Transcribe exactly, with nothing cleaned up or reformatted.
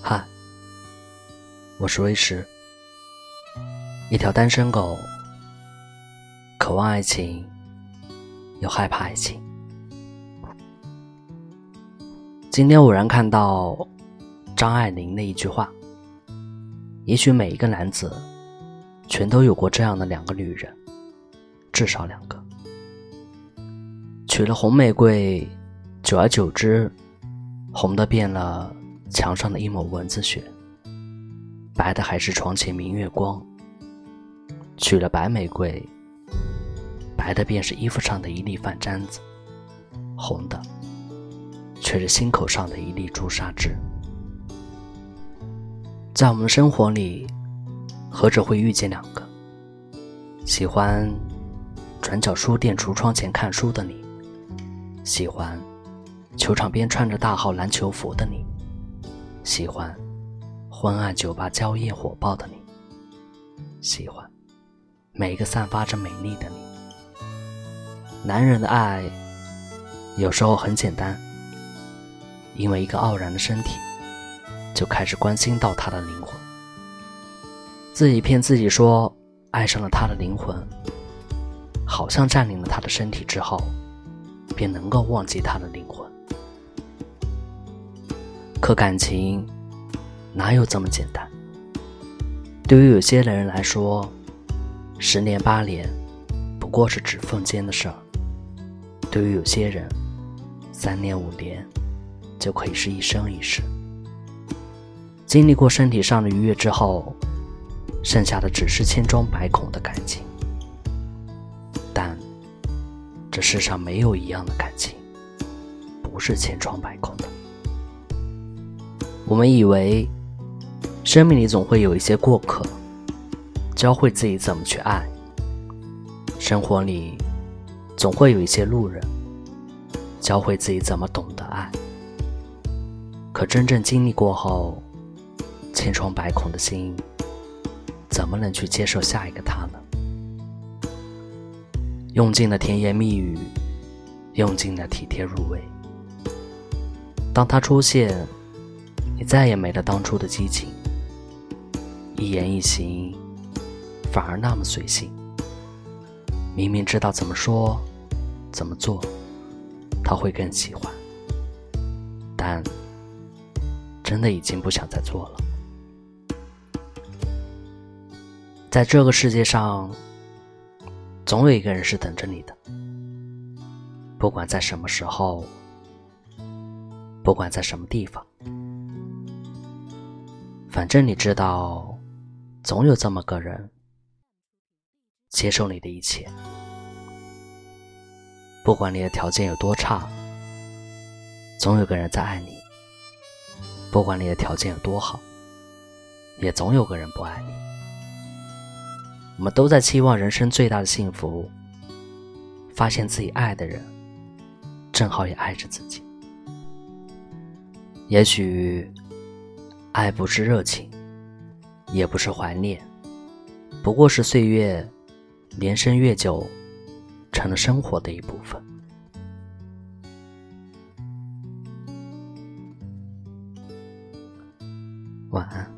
嗨，我是威石，一条单身狗，渴望爱情，又害怕爱情。今天偶然看到张爱玲的一句话，也许每一个男子全都有过这样的两个女人，至少两个。娶了红玫瑰，久而久之，红的变了墙上的一抹蚊子血，白的还是床前明月光。娶了白玫瑰，白的便是衣服上的一粒饭粘子，红的却是心口上的一粒朱砂痣。在我们的生活里，何止会遇见两个喜欢转角书店橱窗前看书的你，喜欢球场边穿着大号篮球服的你，喜欢昏暗酒吧娇艳火爆的你，喜欢每一个散发着美丽的你。男人的爱有时候很简单，因为一个傲然的身体就开始关心到他的灵魂，自己骗自己说爱上了他的灵魂，好像占领了他的身体之后便能够忘记他的灵魂。可感情哪有这么简单？对于有些人来说，十年八年不过是指缝间的事儿，对于有些人，三年五年就可以是一生一世。经历过身体上的愉悦之后，剩下的只是千疮百孔的感情。但这世上没有一样的感情不是千疮百孔的。我们以为生命里总会有一些过客，教会自己怎么去爱，生活里总会有一些路人，教会自己怎么懂得爱。可真正经历过后，千疮百孔的心怎么能去接受下一个他呢？用尽了甜言蜜语，用尽了体贴入微，当他出现，你再也没了当初的激情，一言一行反而那么随性。明明知道怎么说怎么做他会更喜欢，但真的已经不想再做了。在这个世界上，总有一个人是等着你的，不管在什么时候，不管在什么地方，反正你知道，总有这么个人接受你的一切。不管你的条件有多差，总有个人在爱你；不管你的条件有多好，也总有个人不爱你。我们都在期望人生最大的幸福，发现自己爱的人正好也爱着自己。也许爱不是热情，也不是怀念，不过是岁月年深月久成了生活的一部分。晚安。